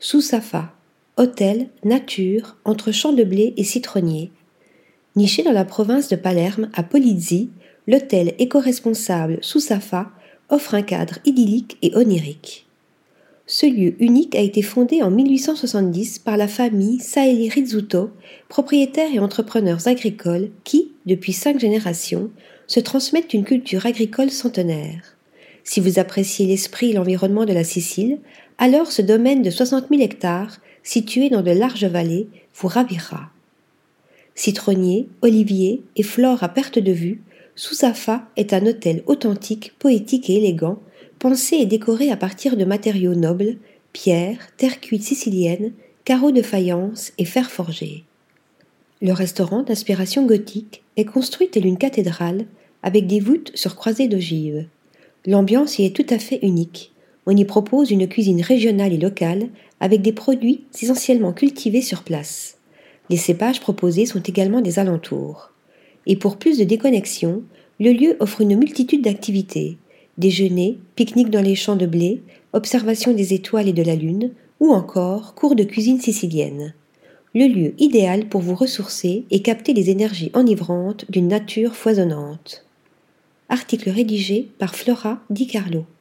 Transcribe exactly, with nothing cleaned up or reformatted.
Soussafa, hôtel, nature, entre champs de blé et citronniers. Niché dans la province de Palerme, à Polizzi, l'hôtel éco-responsable Soussafa offre un cadre idyllique et onirique. Ce lieu unique a été fondé en mille huit cent soixante-dix par la famille Saeli Rizzuto, propriétaires et entrepreneurs agricoles qui, depuis cinq générations, se transmettent une culture agricole centenaire. Si vous appréciez l'esprit et l'environnement de la Sicile, alors ce domaine de soixante mille hectares, situé dans de larges vallées, vous ravira. Citronniers, oliviers et flore à perte de vue, Soussafa est un hôtel authentique, poétique et élégant, pensé et décoré à partir de matériaux nobles, pierre, terre cuite sicilienne, carreaux de faïence et fer forgé. Le restaurant d'inspiration gothique est construit tel une cathédrale, avec des voûtes sur croisées d'ogives. L'ambiance y est tout à fait unique. On y propose une cuisine régionale et locale, avec des produits essentiellement cultivés sur place. Les cépages proposés sont également des alentours. Et pour plus de déconnexion, le lieu offre une multitude d'activités. Déjeuner, pique-nique dans les champs de blé, observation des étoiles et de la lune, ou encore cours de cuisine sicilienne. Le lieu idéal pour vous ressourcer et capter les énergies enivrantes d'une nature foisonnante. Article rédigé par Flora Di Carlo.